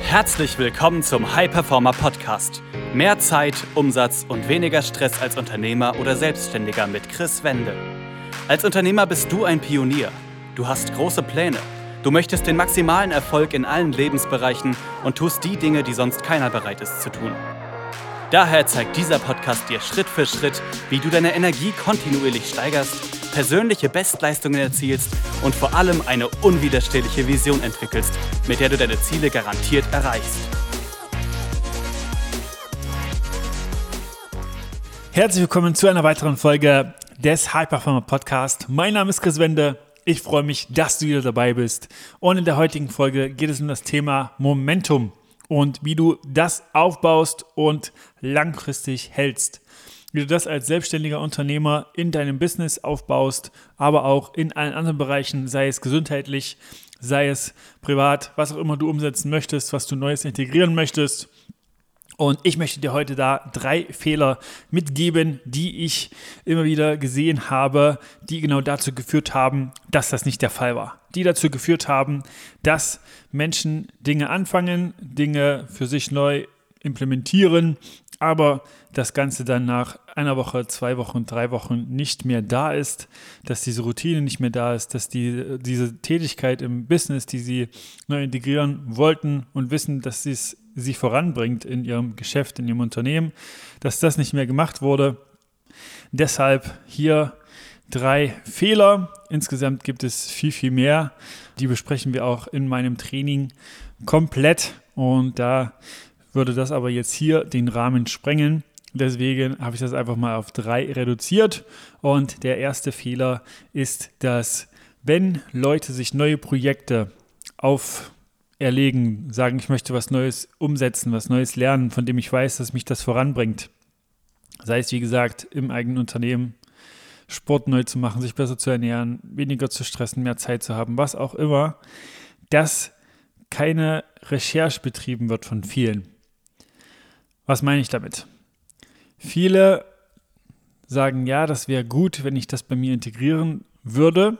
Herzlich willkommen zum High Performer Podcast. Mehr Zeit, Umsatz und weniger Stress als Unternehmer oder Selbstständiger mit Chris Wende. Als Unternehmer bist du ein Pionier. Du hast große Pläne. Du möchtest den maximalen Erfolg in allen Lebensbereichen und tust die Dinge, die sonst keiner bereit ist zu tun. Daher zeigt dieser Podcast dir Schritt für Schritt, wie du deine Energie kontinuierlich steigerst, persönliche Bestleistungen erzielst und vor allem eine unwiderstehliche Vision entwickelst, mit der du deine Ziele garantiert erreichst. Herzlich willkommen zu einer weiteren Folge des High Performer Podcast. Mein Name ist Chris Wende. Ich freue mich, dass du wieder dabei bist. Und in der heutigen Folge geht es um das Thema Momentum und wie du das aufbaust und langfristig hältst. Wie du das als selbstständiger Unternehmer in deinem Business aufbaust, aber auch in allen anderen Bereichen, sei es gesundheitlich, sei es privat, was auch immer du umsetzen möchtest, was du Neues integrieren möchtest. Und ich möchte dir heute da 3 Fehler mitgeben, die ich immer wieder gesehen habe, die genau dazu geführt haben, dass das nicht der Fall war. Die dazu geführt haben, dass Menschen Dinge anfangen, Dinge für sich neu implementieren, aber das Ganze dann nach einer Woche, 2 Wochen, 3 Wochen nicht mehr da ist, dass diese Routine nicht mehr da ist, dass diese Tätigkeit im Business, die sie neu integrieren wollten und wissen, dass sie voranbringt in ihrem Geschäft, in ihrem Unternehmen, dass das nicht mehr gemacht wurde. Deshalb hier 3 Fehler. Insgesamt gibt es viel, viel mehr. Die besprechen wir auch in meinem Training komplett und da würde das aber jetzt hier den Rahmen sprengen. Deswegen habe ich das einfach mal auf 3 reduziert. Und der erste Fehler ist, dass wenn Leute sich neue Projekte auferlegen, sagen, ich möchte was Neues umsetzen, was Neues lernen, von dem ich weiß, dass mich das voranbringt, sei es wie gesagt im eigenen Unternehmen, Sport neu zu machen, sich besser zu ernähren, weniger zu stressen, mehr Zeit zu haben, was auch immer, dass keine Recherche betrieben wird von vielen. Was meine ich damit? Viele sagen, ja, das wäre gut, wenn ich das bei mir integrieren würde,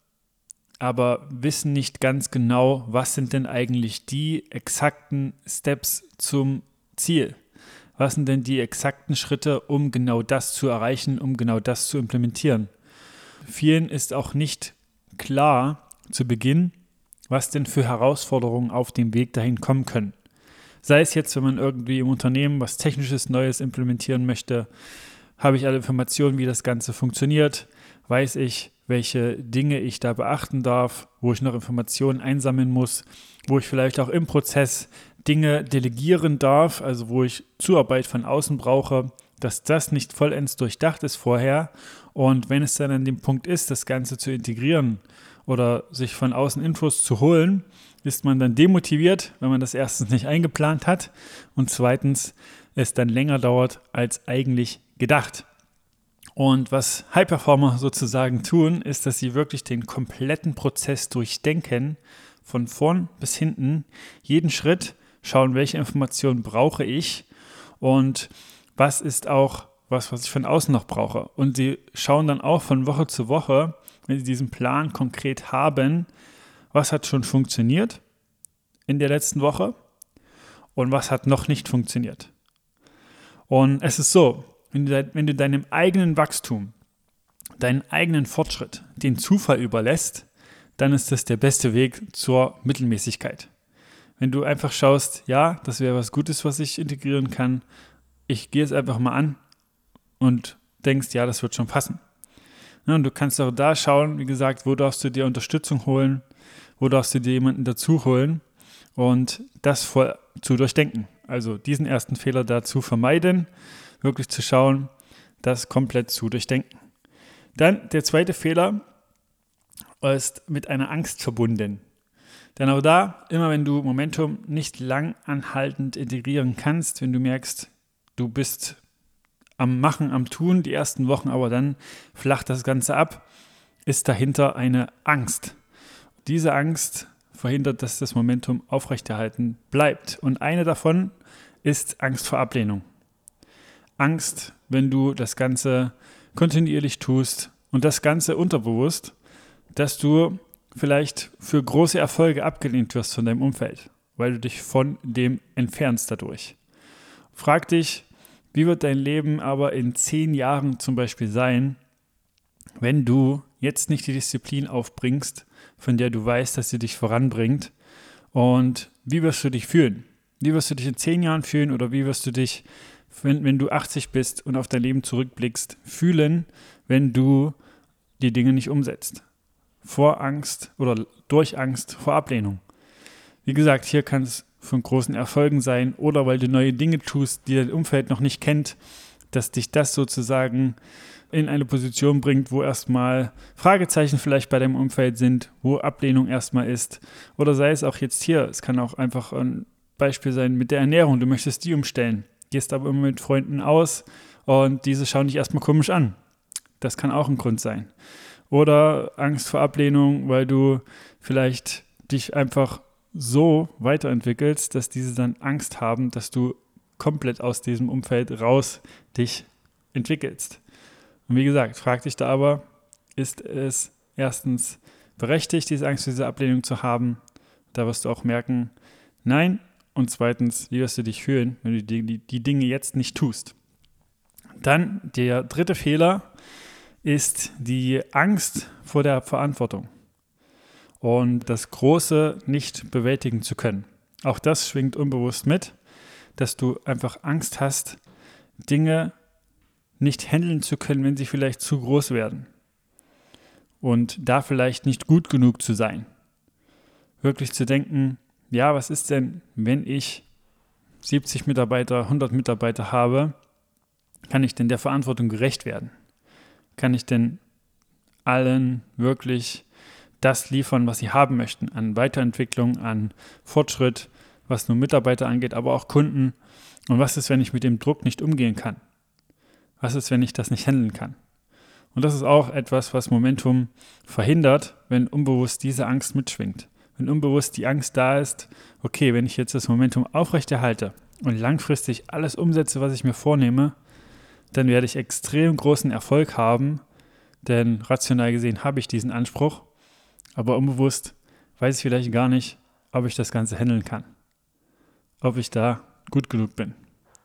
aber wissen nicht ganz genau, was sind denn eigentlich die exakten Steps zum Ziel? Was sind denn die exakten Schritte, um genau das zu erreichen, um genau das zu implementieren? Vielen ist auch nicht klar zu Beginn, was denn für Herausforderungen auf dem Weg dahin kommen können. Sei es jetzt, wenn man irgendwie im Unternehmen was Technisches Neues implementieren möchte, habe ich alle Informationen, wie das Ganze funktioniert, weiß ich, welche Dinge ich da beachten darf, wo ich noch Informationen einsammeln muss, wo ich vielleicht auch im Prozess Dinge delegieren darf, also wo ich Zuarbeit von außen brauche, dass das nicht vollends durchdacht ist vorher. Und wenn es dann an dem Punkt ist, das Ganze zu integrieren oder sich von außen Infos zu holen, ist man dann demotiviert, wenn man das erstens nicht eingeplant hat und zweitens es dann länger dauert als eigentlich gedacht. Und was High Performer sozusagen tun, ist, dass sie wirklich den kompletten Prozess durchdenken, von vorn bis hinten, jeden Schritt, schauen, welche Informationen brauche ich und was ist auch was ich von außen noch brauche. Und sie schauen dann auch von Woche zu Woche, wenn sie diesen Plan konkret haben, was hat schon funktioniert in der letzten Woche und was hat noch nicht funktioniert. Und es ist so, wenn du deinem eigenen Wachstum, deinen eigenen Fortschritt, den Zufall überlässt, dann ist das der beste Weg zur Mittelmäßigkeit. Wenn du einfach schaust, ja, das wäre was Gutes, was ich integrieren kann, ich gehe es einfach mal an und denkst, ja, das wird schon passen. Ja, und du kannst auch da schauen, wie gesagt, wo darfst du dir Unterstützung holen, wo darfst du dir jemanden dazu holen und das voll zu durchdenken. Also diesen ersten Fehler dazu vermeiden, wirklich zu schauen, das komplett zu durchdenken. Dann der zweite Fehler ist mit einer Angst verbunden. Denn auch da, immer wenn du Momentum nicht lang anhaltend integrieren kannst, wenn du merkst, du bist am Machen, am Tun, die ersten Wochen, aber dann flacht das Ganze ab, ist dahinter eine Angst. Diese Angst verhindert, dass das Momentum aufrechterhalten bleibt. Und eine davon ist Angst vor Ablehnung. Angst, wenn du das Ganze kontinuierlich tust und das Ganze unterbewusst, dass du vielleicht für große Erfolge abgelehnt wirst von deinem Umfeld weil du dich von dem entfernst dadurch. Frag dich, wie wird dein Leben aber in 10 Jahren zum Beispiel sein, wenn du jetzt nicht die Disziplin aufbringst, von der du weißt, dass sie dich voranbringt, und wie wirst du dich fühlen? Wie wirst du dich in 10 Jahren fühlen oder wie wirst du dich, wenn du 80 bist und auf dein Leben zurückblickst, fühlen, wenn du die Dinge nicht umsetzt? Vor Angst oder durch Angst vor Ablehnung. Wie gesagt, hier kann es von großen Erfolgen sein oder weil du neue Dinge tust, die dein Umfeld noch nicht kennt, dass dich das sozusagen in eine Position bringt, wo erstmal Fragezeichen vielleicht bei deinem Umfeld sind, wo Ablehnung erstmal ist. Oder sei es auch jetzt hier, es kann auch einfach ein Beispiel sein mit der Ernährung, du möchtest die umstellen, gehst aber immer mit Freunden aus und diese schauen dich erstmal komisch an. Das kann auch ein Grund sein. Oder Angst vor Ablehnung, weil du vielleicht dich einfach so weiterentwickelst, dass diese dann Angst haben, dass du komplett aus diesem Umfeld raus dich entwickelst. Und wie gesagt, frag dich da aber, ist es erstens berechtigt, diese Angst vor dieser Ablehnung zu haben? Da wirst du auch merken, nein. Und zweitens, wie wirst du dich fühlen, wenn du die Dinge jetzt nicht tust? Dann der dritte Fehler ist die Angst vor der Verantwortung und das Große nicht bewältigen zu können. Auch das schwingt unbewusst mit, dass du einfach Angst hast, Dinge nicht handeln zu können, wenn sie vielleicht zu groß werden und da vielleicht nicht gut genug zu sein. Wirklich zu denken, ja, was ist denn, wenn ich 70 Mitarbeiter, 100 Mitarbeiter habe, kann ich denn der Verantwortung gerecht werden? Kann ich denn allen wirklich das liefern, was sie haben möchten, an Weiterentwicklung, an Fortschritt, was nur Mitarbeiter angeht, aber auch Kunden? Und was ist, wenn ich mit dem Druck nicht umgehen kann? Was ist, wenn ich das nicht handeln kann? Und das ist auch etwas, was Momentum verhindert, wenn unbewusst diese Angst mitschwingt. Wenn unbewusst die Angst da ist, okay, wenn ich jetzt das Momentum aufrechterhalte und langfristig alles umsetze, was ich mir vornehme, dann werde ich extrem großen Erfolg haben, denn rational gesehen habe ich diesen Anspruch, aber unbewusst weiß ich vielleicht gar nicht, ob ich das Ganze handeln kann, ob ich da gut genug bin.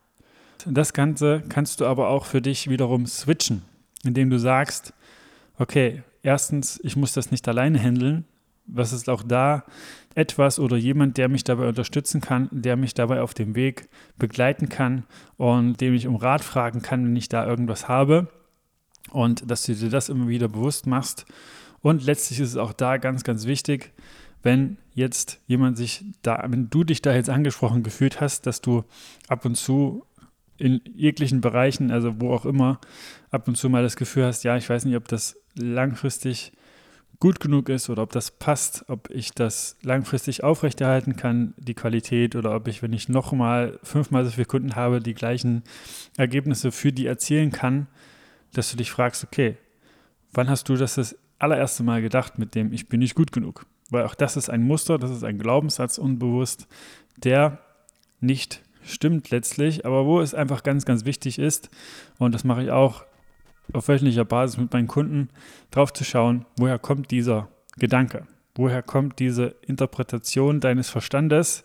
Das Ganze kannst du aber auch für dich wiederum switchen, indem du sagst, okay, erstens, ich muss das nicht alleine handeln. Was ist auch da etwas oder jemand, der mich dabei unterstützen kann, der mich dabei auf dem Weg begleiten kann und dem ich um Rat fragen kann, wenn ich da irgendwas habe, und dass du dir das immer wieder bewusst machst. Und letztlich ist es auch da ganz, ganz wichtig, wenn jetzt wenn du dich da jetzt angesprochen gefühlt hast, dass du ab und zu in jeglichen Bereichen, also wo auch immer, ab und zu mal das Gefühl hast, ja, ich weiß nicht, ob das langfristig gut genug ist oder ob das passt, ob ich das langfristig aufrechterhalten kann, die Qualität, oder ob ich, wenn ich nochmal 5-mal so viele Kunden habe, die gleichen Ergebnisse für die erzielen kann, dass du dich fragst, okay, wann hast du das allererste Mal gedacht mit dem, ich bin nicht gut genug? Weil auch das ist ein Muster, das ist ein Glaubenssatz unbewusst, der nicht stimmt letztlich, aber wo es einfach ganz, ganz wichtig ist, und das mache ich auch auf wöchentlicher Basis mit meinen Kunden, drauf zu schauen, woher kommt dieser Gedanke, woher kommt diese Interpretation deines Verstandes,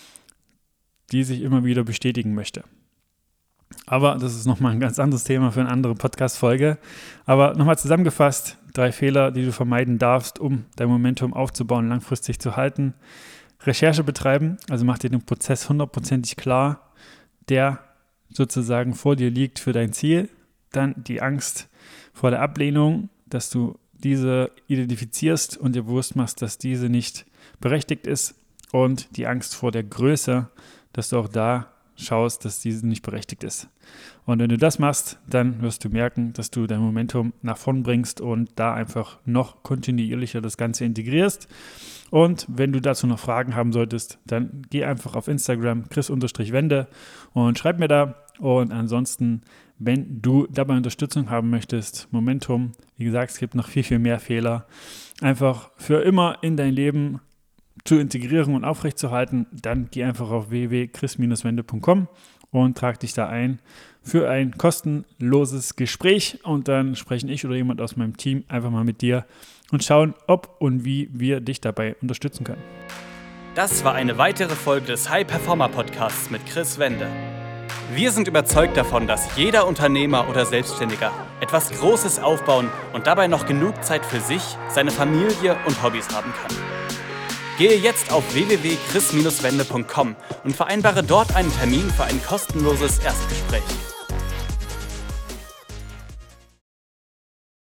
die sich immer wieder bestätigen möchte. Aber das ist nochmal ein ganz anderes Thema für eine andere Podcast-Folge. Aber nochmal zusammengefasst, 3 Fehler, die du vermeiden darfst, um dein Momentum aufzubauen, langfristig zu halten. Recherche betreiben, also mach dir den Prozess 100%ig klar, der sozusagen vor dir liegt für dein Ziel. Dann die Angst vor der Ablehnung, dass du diese identifizierst und dir bewusst machst, dass diese nicht berechtigt ist. Und die Angst vor der Größe, dass du auch da schaust, dass diese nicht berechtigt ist. Und wenn du das machst, dann wirst du merken, dass du dein Momentum nach vorn bringst und da einfach noch kontinuierlicher das Ganze integrierst. Und wenn du dazu noch Fragen haben solltest, dann geh einfach auf Instagram chris_wende und schreib mir da. Und ansonsten, wenn du dabei Unterstützung haben möchtest, Momentum, wie gesagt, es gibt noch viel, viel mehr Fehler, einfach für immer in dein Leben zu integrieren und aufrechtzuerhalten, dann geh einfach auf www.chris-wende.com und trag dich da ein für ein kostenloses Gespräch, und dann sprechen ich oder jemand aus meinem Team einfach mal mit dir und schauen, ob und wie wir dich dabei unterstützen können. Das war eine weitere Folge des High Performer Podcasts mit Chris Wende. Wir sind überzeugt davon, dass jeder Unternehmer oder Selbstständiger etwas Großes aufbauen und dabei noch genug Zeit für sich, seine Familie und Hobbys haben kann. Gehe jetzt auf www.chris-wende.com und vereinbare dort einen Termin für ein kostenloses Erstgespräch.